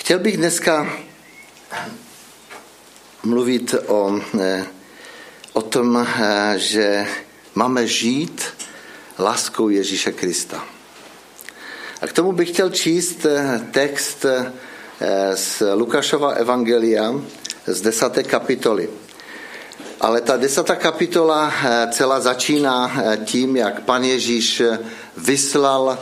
Chtěl bych dneska mluvit o tom, že máme žít láskou Ježíše Krista. A k tomu bych chtěl číst text z Lukášova evangelia z 10. kapitoly. Ale ta 10. kapitola celá začíná tím, jak Pan Ježíš vyslal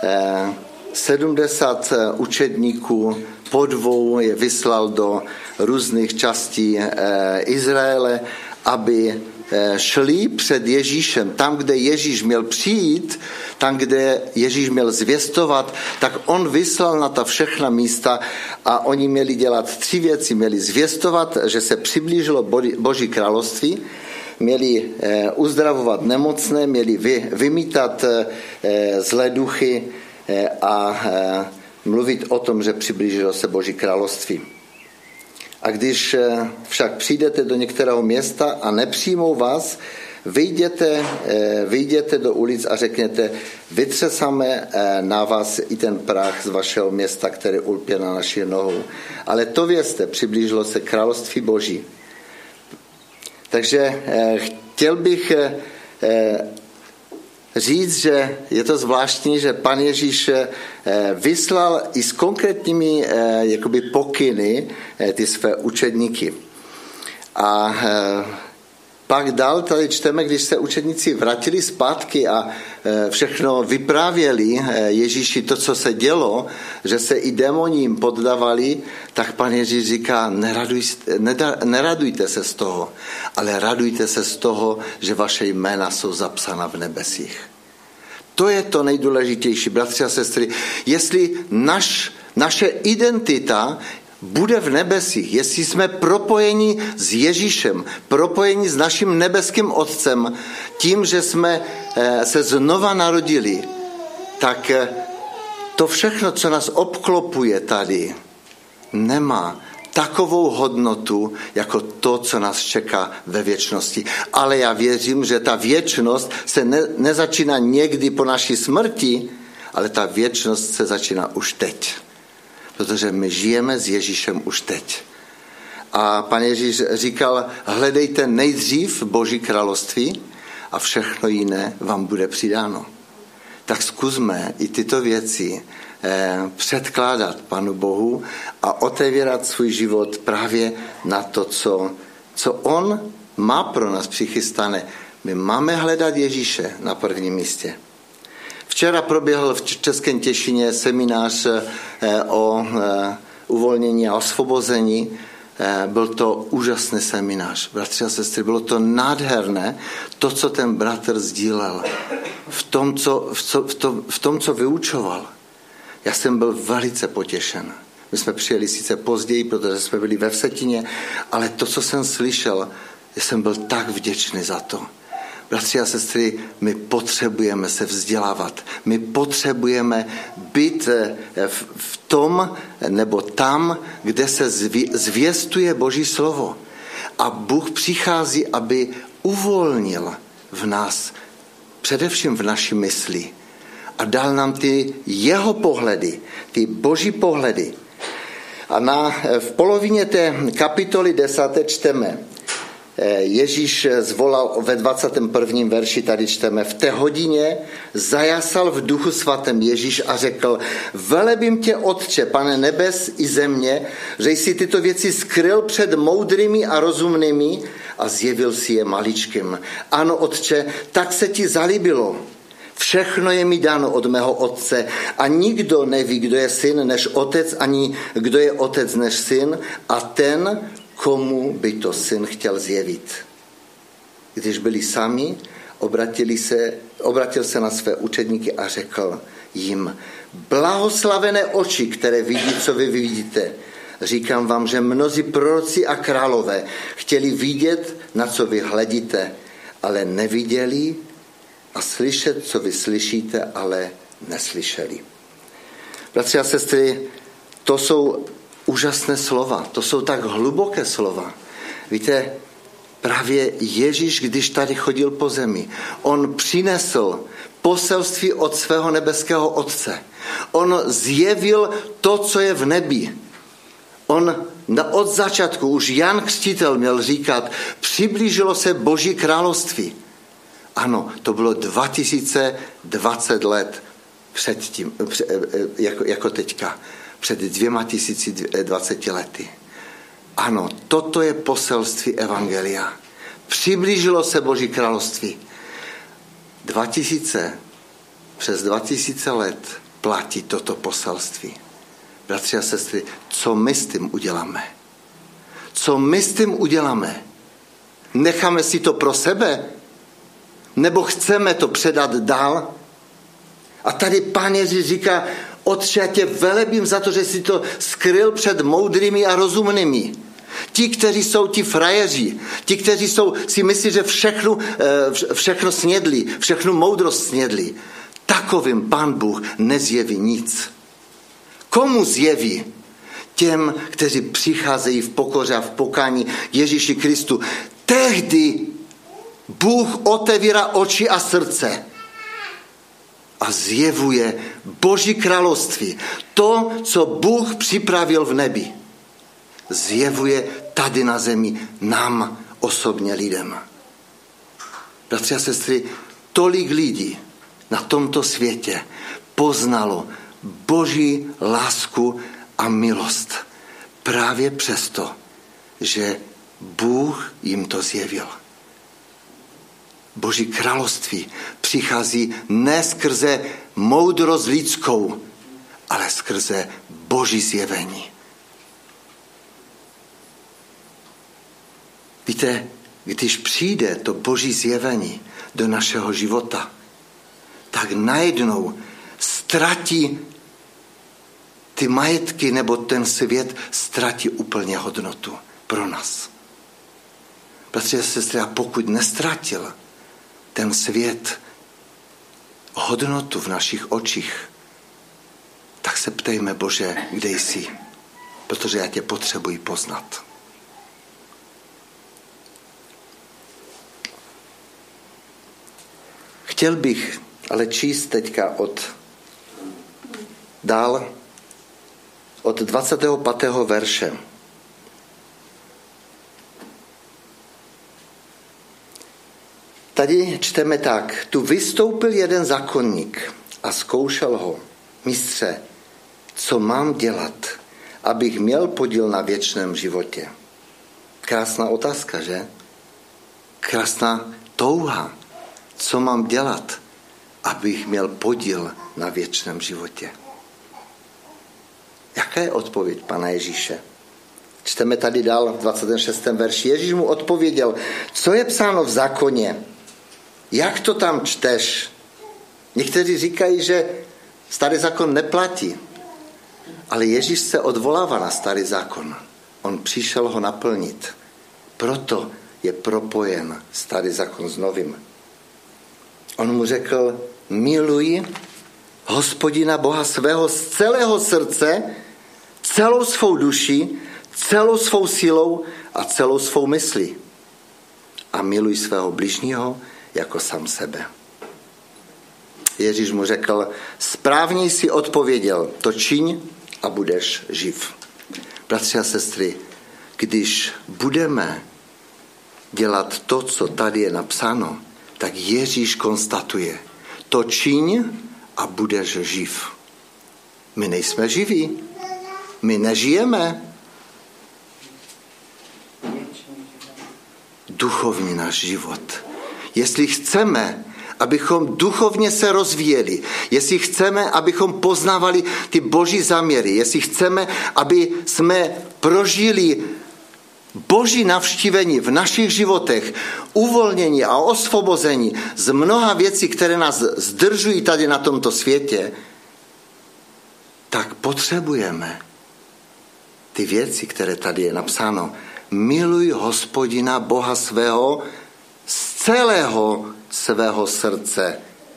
70 učedníků, po dvou je vyslal do různých částí Izraele, aby šli před Ježíšem. Tam, kde Ježíš měl přijít, tam, kde Ježíš měl zvěstovat, tak on vyslal na ta všechna místa a oni měli dělat 3 věci. Měli zvěstovat, že se přiblížilo Boží království, měli uzdravovat nemocné, měli vymítat zlé duchy a mluvit o tom, že přiblížilo se Boží království. A když však přijdete do některého města a nepřijmou vás, vyjděte do ulic a řekněte, vytřesáme na vás i ten prach z vašeho města, který ulpě na naši nohu. Ale to vězte, přiblížilo se království Boží. Takže chtěl bych říct, že je to zvláštní, že Pan Ježíš vyslal i s konkrétními jakoby pokyny ty své učedníky. A pak dál tady čteme, když se učedníci vrátili zpátky a všechno vyprávěli Ježíši to, co se dělo, že se i démoním poddávali, tak Pan Ježíš říká, neradujte se z toho, ale radujte se z toho, že vaše jména jsou zapsána v nebesích. To je to nejdůležitější, bratři a sestry. Jestli naše identita bude v nebesích, jestli jsme propojeni s Ježíšem, propojeni s naším nebeským Otcem, tím, že jsme se znova narodili, tak to všechno, co nás obklopuje tady, nemá takovou hodnotu, jako to, co nás čeká ve věčnosti. Ale já věřím, že ta věčnost se nezačíná někdy po naší smrti, ale ta věčnost se začíná už teď. Protože my žijeme s Ježíšem už teď. A Pan Ježíš říkal, hledejte nejdřív Boží království a všechno jiné vám bude přidáno. Tak zkusme i tyto věci předkládat Panu Bohu a otevírat svůj život právě na to, co on má pro nás přichystané. My máme hledat Ježíše na prvním místě. Včera proběhl v Českém Těšíně seminář o uvolnění a osvobození. Byl to úžasný seminář. Bratři a sestry, bylo to nádherné, to, co ten bratr sdílel, v tom, co vyučoval. Já jsem byl velice potěšen. My jsme přijeli sice později, protože jsme byli ve Vsetíně, ale to, co jsem slyšel, jsem byl tak vděčný za to. Bratři a sestry, my potřebujeme se vzdělávat. My potřebujeme být v tom nebo tam, kde se zvěstuje Boží slovo. A Bůh přichází, aby uvolnil v nás, především v naší mysli. A dal nám ty jeho pohledy, ty Boží pohledy. A v polovině té kapitoly 10. čteme, Ježíš zvolal ve 21. verši, tady čteme, v té hodině zajasal v duchu svatém Ježíš a řekl, velebím tě, Otče, Pane nebes i země, že jsi tyto věci skryl před moudrými a rozumnými a zjevil si je maličkým. Ano, Otče, tak se ti zalíbilo. Všechno je mi dáno od mého Otce a nikdo neví, kdo je syn než Otec, ani kdo je Otec než syn a ten, komu by to syn chtěl zjevit. Když byli sami, obratil se na své učedníky a řekl jim, blahoslavené oči, které vidí, co vy vidíte. Říkám vám, že mnozí proroci a králové chtěli vidět, na co vy hledíte, ale neviděli a slyšet, co vy slyšíte, ale neslyšeli. Bratři a sestry, to jsou úžasné slova, to jsou tak hluboké slova. Víte, právě Ježíš, když tady chodil po zemi, on přinesl poselství od svého nebeského Otce. On zjevil to, co je v nebi. Od začátku už Jan Křtitel měl říkat, přiblížilo se Boží království. Ano, to bylo 2020 let předtím, jako teďka, před 2020 lety. Ano, toto je poselství evangelia. Přiblížilo se Boží království. Přes 2000 let platí toto poselství. Bratři a sestry, co my s tím uděláme? Co my s tím uděláme? Necháme si to pro sebe? Nebo chceme to předat dál? A tady Pán Ježíš říká, Otče, já tě velebím za to, že jsi to skryl před moudrými a rozumnými. Ti, kteří jsou ti frajeři, ti, kteří si myslí, že všechno snědli, všechnu moudrost snědli, takovým Pán Bůh nezjeví nic. Komu zjeví? Těm, kteří přicházejí v pokoře a v pokání Ježíši Kristu. Tehdy Bůh otevírá oči a srdce a zjevuje Boží království. To, co Bůh připravil v nebi, zjevuje tady na zemi nám osobně lidem. Bratři a sestry, tolik lidí na tomto světě poznalo Boží lásku a milost právě přesto, že Bůh jim to zjevil. Boží království přichází ne skrze moudrost lidskou, ale skrze Boží zjevení. Víte, když přijde to Boží zjevení do našeho života, tak najednou ztratí ty majetky nebo ten svět ztratí úplně hodnotu pro nás. Protože sestry, a pokud nestratil ten svět hodnotu v našich očích, tak se ptejme, Bože, kde jsi? Protože já tě potřebuji poznat. Chtěl bych ale číst teďka od 25. verše. Tady čteme tak. Tu vystoupil jeden zákonník a zkoušel ho. Mistře, co mám dělat, abych měl podíl na věčném životě? Krásná otázka, že? Krásná touha. Co mám dělat, abych měl podíl na věčném životě? Jaká je odpověď Pana Ježíše? Čteme tady dál v 26. verši. Ježíš mu odpověděl, co je psáno v zákoně? Jak to tam čteš? Někteří říkají, že starý zákon neplatí. Ale Ježíš se odvolává na starý zákon. On přišel ho naplnit. Proto je propojen starý zákon s novým. On mu řekl, miluj Hospodina Boha svého z celého srdce, celou svou duši, celou svou silou a celou svou myslí. A miluj svého bližního jako sám sebe. Ježíš mu řekl, správně jsi odpověděl, to čiň a budeš živ. Bratři a sestry, když budeme dělat to, co tady je napsáno, tak Ježíš konstatuje, to čiň a budeš živ. My nejsme živí. My nežijeme. Duchovní náš život. Jestli chceme, abychom duchovně se rozvíjeli, jestli chceme, abychom poznávali ty Boží záměry, jestli chceme, aby jsme prožili Boží navštívení v našich životech, uvolnění a osvobození z mnoha věcí, které nás zdržují tady na tomto světě, tak potřebujeme ty věci, které tady je napsáno. Miluj Hospodina Boha svého z celého svého srdce,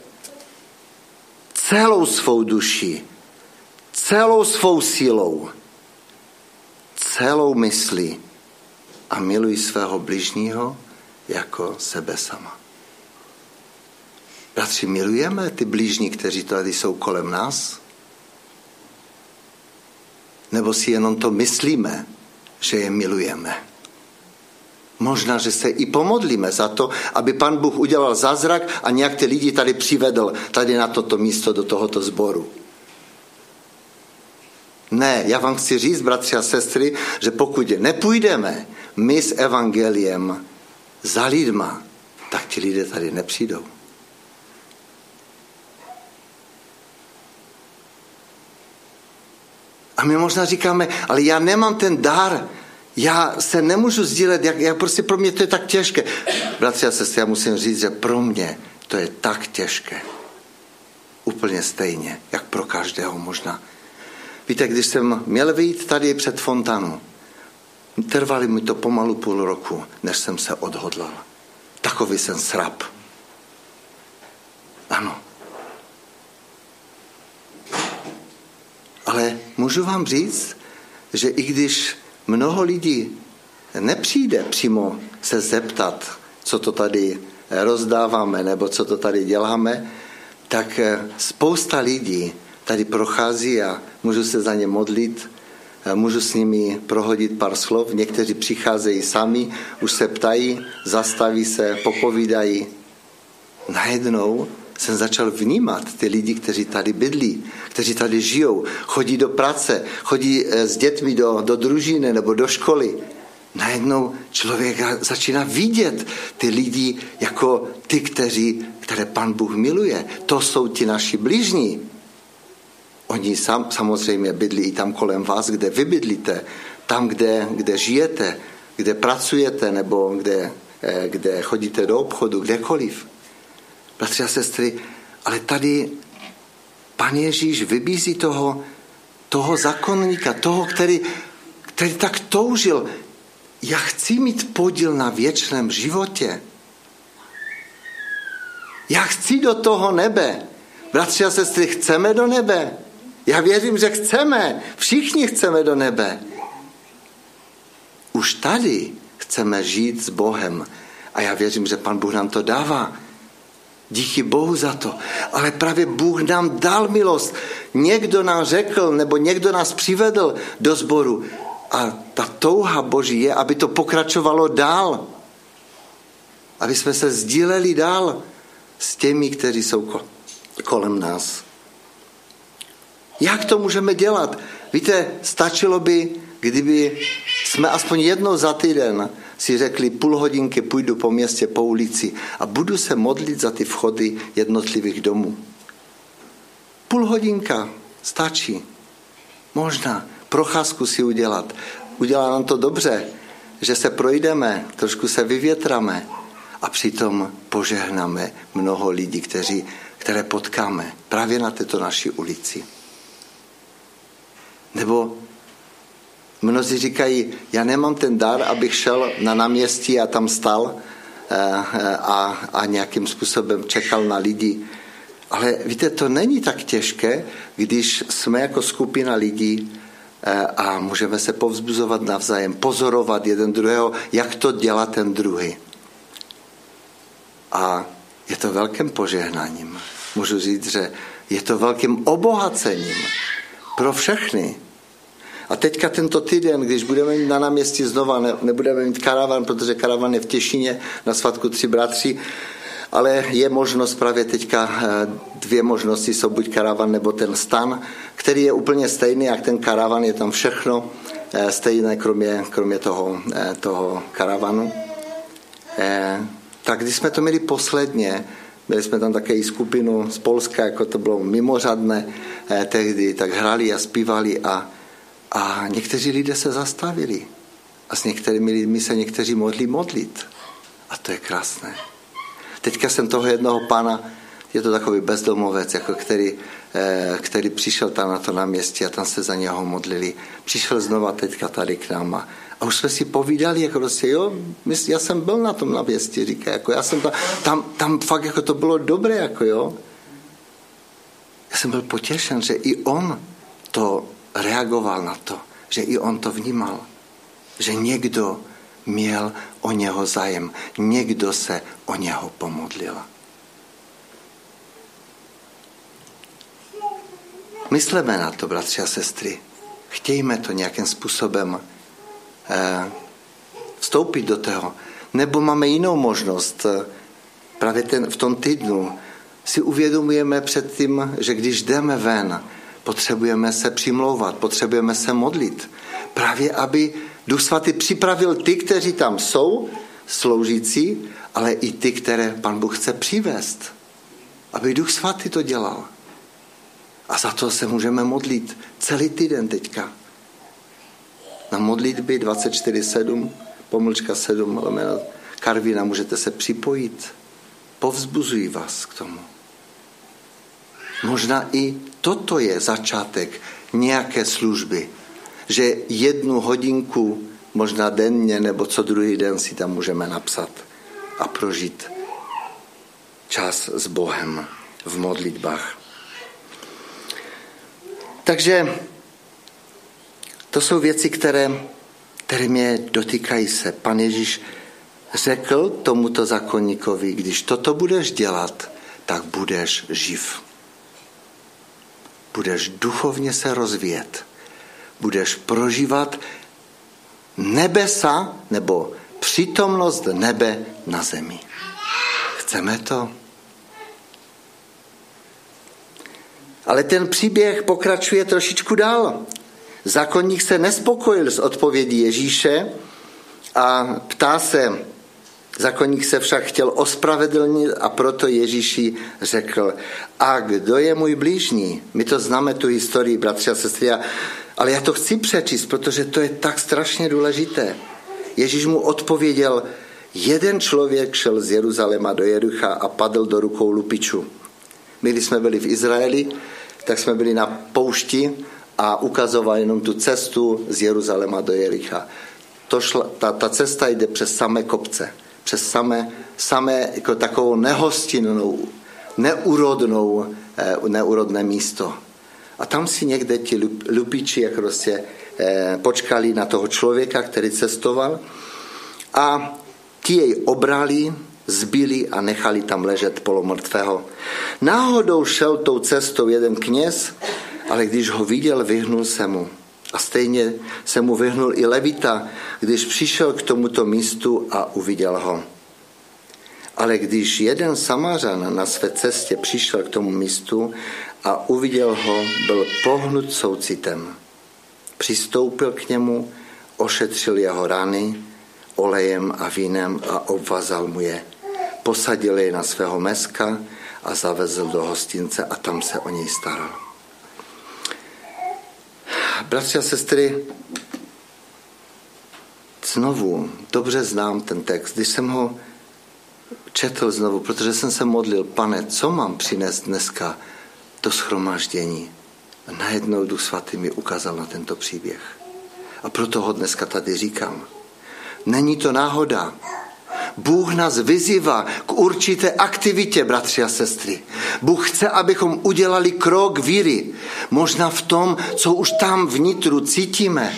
celou svou duši, celou svou silou, celou myslí a miluj svého bližního jako sebe sama. Bratři, milujeme ty bližní, kteří tady jsou kolem nás? Nebo si jenom to myslíme, že je milujeme. Možná, že se i pomodlíme za to, aby Pan Bůh udělal zázrak a nějak ty lidi tady přivedl tady na toto místo do tohoto sboru. Ne, já vám chci říct, bratři a sestry, že pokud nepůjdeme my s evangeliem za lidma, tak ti lidé tady nepřijdou. A my možná říkáme, ale já nemám ten dar, já se nemůžu sdílet, jak prostě pro mě to je tak těžké. Bratři a sestry, já musím říct, že pro mě to je tak těžké. Úplně stejně, jak pro každého možná. Víte, když jsem měl vyjít tady před fontánu, trvali mi to pomalu půl roku, než jsem se odhodlal. Takový jsem srab. Ano. Ale můžu vám říct, že i když mnoho lidí nepřijde přímo se zeptat, co to tady rozdáváme nebo co to tady děláme, tak spousta lidí tady prochází a můžu se za ně modlit, můžu s nimi prohodit pár slov. Někteří přicházejí sami, už se ptají, zastaví se, popovídají. Najednou jsem začal vnímat ty lidi, kteří tady bydlí, kteří tady žijou, chodí do práce, chodí s dětmi do družiny nebo do školy. Najednou člověk začíná vidět ty lidi jako ty, které Pan Bůh miluje. To jsou ti naši bližní. Oni samozřejmě bydlí i tam kolem vás, kde vy bydlíte, tam, kde žijete, kde pracujete nebo kde chodíte do obchodu, kdekoliv. Bratři a sestry, ale tady Pan Ježíš vybízí toho zákonníka, toho, který tak toužil. Já chci mít podíl na věčném životě. Já chci do toho nebe. Bratři a sestry, chceme do nebe? Já věřím, že chceme. Všichni chceme do nebe. Už tady chceme žít s Bohem. A já věřím, že Pan Bůh nám to dává. Díky Bohu za to. Ale právě Bůh nám dal milost. Někdo nám řekl, nebo někdo nás přivedl do sboru. A ta touha Boží je, aby to pokračovalo dál. Aby jsme se sdíleli dál s těmi, kteří jsou kolem nás. Jak to můžeme dělat? Víte, stačilo by, kdyby jsme aspoň jednou za týden si řekli půl hodinky půjdu po městě, po ulici a budu se modlit za ty vchody jednotlivých domů. Půl hodinka stačí. Možná procházku si udělat. Udělá nám to dobře, že se projdeme, trošku se vyvětráme a přitom požehnáme mnoho lidí, které potkáme právě na této naší ulici. Nebo mnozí říkají, já nemám ten dar, abych šel na náměstí a tam stal a nějakým způsobem čekal na lidi. Ale víte, to není tak těžké, když jsme jako skupina lidí a můžeme se povzbuzovat navzájem, pozorovat jeden druhého, jak to dělá ten druhý. A je to velkým požehnáním. Můžu říct, že je to velkým obohacením pro všechny. A teďka tento týden, když budeme mít na náměstí znova, nebudeme mít karavan, protože karavan je v Těšíně na svatku 3 bratří, ale je možnost právě teďka, 2 možnosti jsou buď karavan nebo ten stan, který je úplně stejný, jak ten karavan, je tam všechno stejné, kromě toho karavanu. Tak když jsme to měli posledně, měli jsme tam také i skupinu z Polska, jako to bylo mimořádné tehdy, tak hráli a zpívali a někteří lidé se zastavili. A s některými lidmi se někteří mohli modlit. A to je krásné. Teďka jsem toho jednoho pána, je to takový bezdomovec, jako který přišel tam na to náměstí a tam se za něho modlili. Přišel znova teďka tady k nám a už jsme si povídali, jako prostě, jo, já jsem byl na tom náměstí, říká, jako já jsem tam fakt, jako to bylo dobré, jako jo. Já jsem byl potěšen, že i on to reagoval na to, že i on to vnímal, že někdo měl o něho zájem, někdo se o něho pomodlil. Myslíme na to, bratři a sestry. Chtějme to nějakým způsobem vstoupit do toho. Nebo máme jinou možnost. Právě v tom týdnu si uvědomujeme před tím, že když jdeme ven, potřebujeme se přimlouvat, potřebujeme se modlit. Právě aby Duch Svatý připravil ty, kteří tam jsou, sloužící, ale i ty, které Pan Bůh chce přivést. Aby Duch Svatý to dělal. A za to se můžeme modlit celý týden teďka. Na modlitby 24/7, Karvina, můžete se připojit. Povzbuzují vás k tomu. Možná i toto je začátek nějaké služby, že 1 hodinku, možná denně, nebo co druhý den si tam můžeme napsat a prožít čas s Bohem v modlitbách. Takže to jsou věci, které mě dotýkají se. Pan Ježíš řekl tomuto zákonníkovi, když toto budeš dělat, tak budeš živ. Budeš duchovně se rozvíjet. Budeš prožívat nebesa nebo přítomnost nebe na zemi. Chceme to? Ale ten příběh pokračuje trošičku dál. Zákonník se nespokojil s odpovědí Ježíše a ptá se, zákonník se však chtěl ospravedlnit a proto Ježíši řekl, a kdo je můj blížní? My to známe, tu historii, bratři a sestry, ale já to chci přečíst, protože to je tak strašně důležité. Ježíš mu odpověděl, jeden člověk šel z Jeruzaléma do Jericha a padl do rukou lupičů. My, když jsme byli v Izraeli, tak jsme byli na poušti a ukazoval jenom tu cestu z Jeruzaléma do Jericha. Ta cesta jde přes samé kopce, přes samé jako takovou nehostinnou, neúrodné místo. A tam si někde ti lupiči jak prostě počkali na toho člověka, který cestoval a ti jej obrali, zbili a nechali tam ležet polomrtvého. Náhodou šel tou cestou jeden kněz, ale když ho viděl, vyhnul se mu. A stejně se mu vyhnul i levita, když přišel k tomuto místu a uviděl ho. Ale když jeden Samařan na své cestě přišel k tomu místu a uviděl ho, byl pohnut soucitem. Přistoupil k němu, ošetřil jeho rany olejem a vínem a obvazal mu je. Posadil jej na svého meska a zavezl do hostince a tam se o něj staral. Bratři a sestry, znovu dobře znám ten text. Když jsem ho četl znovu, protože jsem se modlil, Pane, co mám přinést dneska do shromáždění? A najednou Duch Svatý mi ukázal na tento příběh. A proto ho dneska tady říkám. Není to náhoda. Bůh nás vyzývá k určité aktivitě, bratři a sestry. Bůh chce, abychom udělali krok víry. Možná v tom, co už tam vnitru cítíme.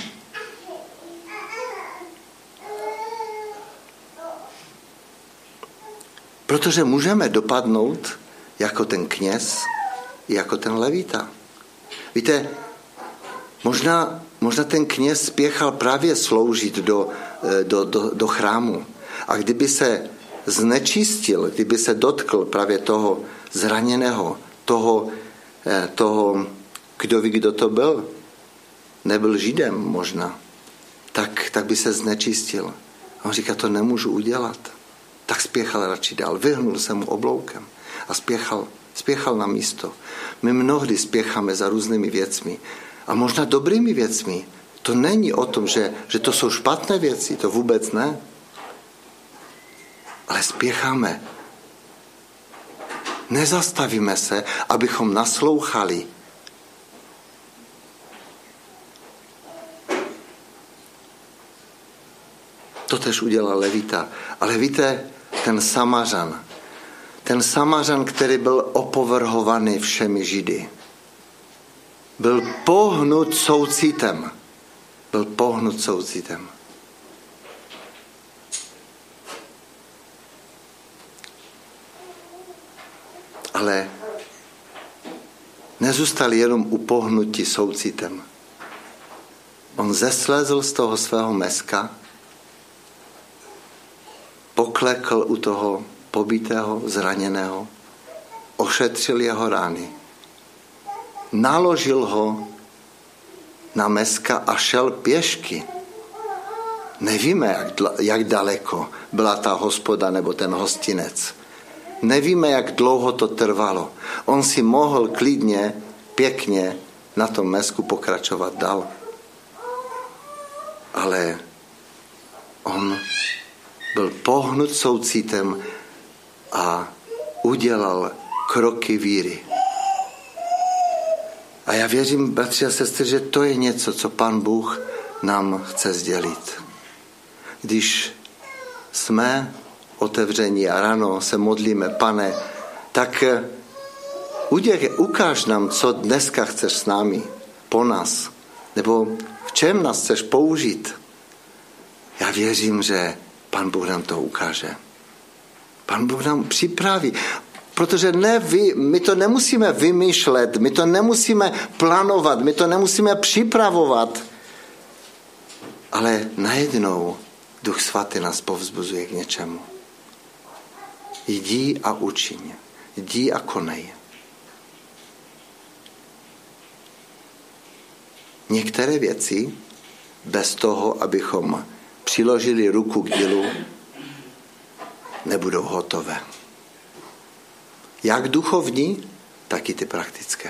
Protože můžeme dopadnout jako ten kněz, jako ten levita. Víte, možná ten kněz spěchal právě sloužit do chrámu. A kdyby se znečistil, kdyby se dotkl právě toho zraněného, toho, kdo ví, kdo to byl, nebyl Židem možná, tak by se znečistil. A on říká, to nemůžu udělat. Tak spěchal radši dál, vyhnul se mu obloukem a spěchal na místo. My mnohdy spěcháme za různými věcmi a možná dobrými věcmi. To není o tom, že to jsou špatné věci, to vůbec ne. Ale spěcháme. Nezastavíme se, abychom naslouchali. To tež udělal levita. Ale víte, ten Samařan, který byl opovrhovaný všemi Židy, byl pohnut soucitem. Ale nezůstal jenom u pohnutí soucitem. On zeslezl z toho svého meska, poklekl u toho pobitého, zraněného, ošetřil jeho rány, naložil ho na meska a šel pěšky. Nevíme, jak daleko byla ta hospoda nebo ten hostinec. Nevíme, jak dlouho to trvalo. On si mohl klidně, pěkně na tom mesku pokračovat dál. Ale on byl pohnut soucitem a udělal kroky víry. A já věřím, bratři a sestry, že to je něco, co Pán Bůh nám chce sdělit. Když jsme otevření a ráno se modlíme, Pane, tak ukáž nám, co dneska chceš s námi, po nás, nebo v čem nás chceš použít. Já věřím, že Pán Bůh nám to ukáže. Pán Bůh nám připraví. Protože my to nemusíme vymýšlet, my to nemusíme plánovat, my to nemusíme připravovat. Ale najednou Duch Svatý nás povzbuzuje k něčemu. Jdi a učiň. Jdi a konej. Některé věci bez toho, abychom přiložili ruku k dílu, nebudou hotové. Jak duchovní, tak i ty praktické.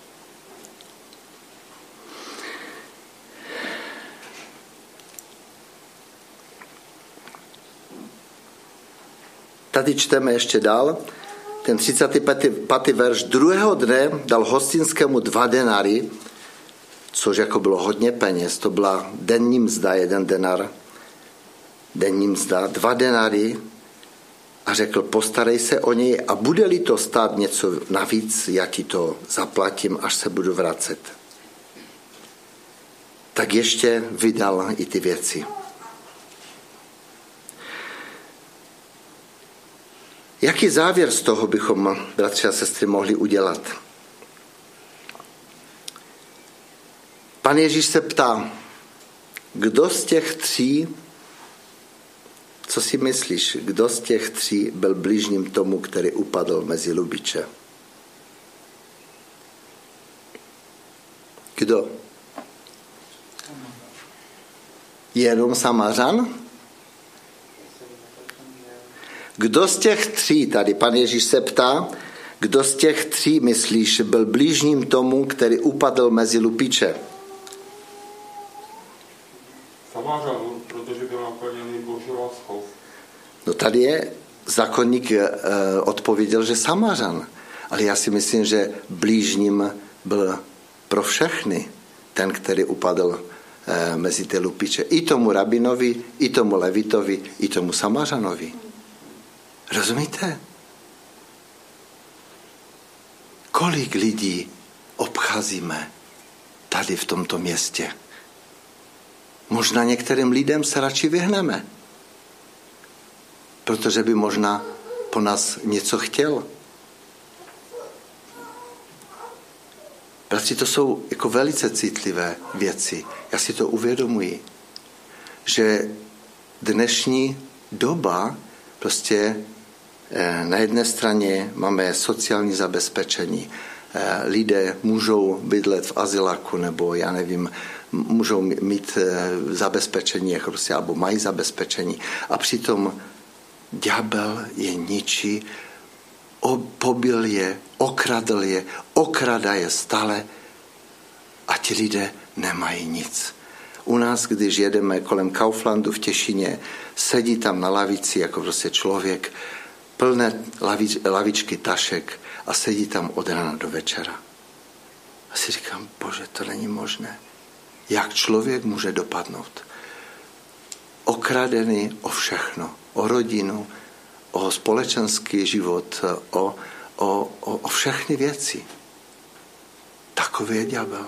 Tady čteme ještě dál. Ten 35. verš. Druhého dne dal hostinskému 2 denary, což jako bylo hodně peněz. To byla denní mzda, 1 denar. Denní mzda, 2 denary. A řekl, postarej se o něj a bude-li to stát něco navíc, já ti to zaplatím, až se budu vracet. Tak ještě vydal i ty věci. Jaký závěr z toho bychom, bratři a sestry, mohli udělat? Pan Ježíš se ptá, kdo z těch 3, co si myslíš, kdo z těch 3 byl blížním tomu, který upadl mezi lubiče? Kdo? Jenom Samařan? Kdo z těch 3, tady pan Ježíš se ptá, kdo z těch 3, myslíš, byl blížním tomu, který upadl mezi lupiče? Samařan, protože byl naplněný Boží láskou. No tady je, zákonník odpověděl, že Samařan. Ale já si myslím, že blížním byl pro všechny ten, který upadl mezi ty lupiče. I tomu rabinovi, i tomu levitovi, i tomu Samařanovi. Rozumíte? Kolik lidí obcházíme tady v tomto městě? Možná některým lidem se radši vyhneme, protože by možná po nás něco chtěl. Bratři, to jsou jako velice citlivé věci. Já si to uvědomuji, že dnešní doba prostě na jedné straně máme sociální zabezpečení. Lidé můžou bydlet v azyláku nebo já nevím, můžou mít zabezpečení, jako prostě, alebo mají zabezpečení. A přitom ďábel je ničí, pobil je, okradl je, okradá je stále a ti lidé nemají nic. U nás, když jedeme kolem Kauflandu v Těšíně, sedí tam na lavici jako prostě člověk, plné lavičky tašek a sedí tam od rána do večera. A si říkám, Bože, to není možné. Jak člověk může dopadnout? Okradený o všechno, o rodinu, o společenský život, o všechny věci. Takový je ďábel.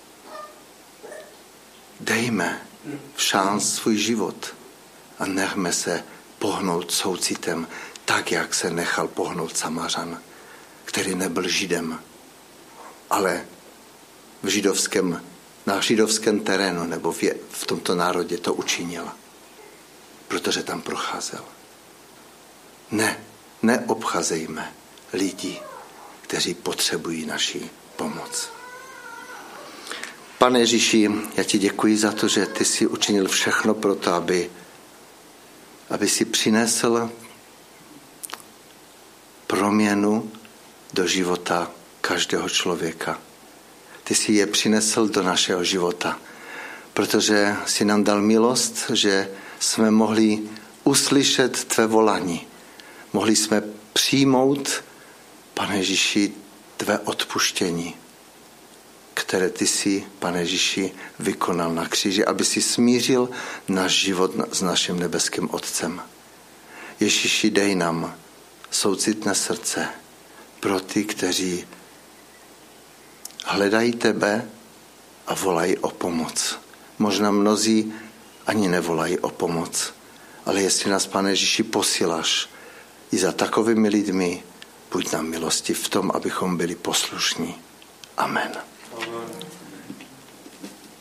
Dejme šanc svůj život a nechme se pohnout soucitem, tak, jak se nechal pohnout Samařan, který nebyl Židem, ale v židovském na židovském terénu nebo v tomto národě to učinil, protože tam procházel. Neobcházejme lidi, kteří potřebují naši pomoc. Pane Ježíši, já ti děkuji za to, že ty jsi učinil všechno pro to, aby si přinesl proměnu do života každého člověka. Ty jsi je přinesl do našeho života, protože jsi nám dal milost, že jsme mohli uslyšet tvé volání. Mohli jsme přijmout, Pane Ježíši, tvé odpuštění, které ty jsi, Pane Ježíši, vykonal na kříži, aby si smířil náš život s naším nebeským Otcem. Ježíši, dej nám soucitné srdce pro ty, kteří hledají tebe a volají o pomoc. Možná mnozí ani nevolají o pomoc, ale jestli nás, Pane Ježíši, posíláš i za takovými lidmi, buď nám milostiv v tom, abychom byli poslušní. Amen. Amen.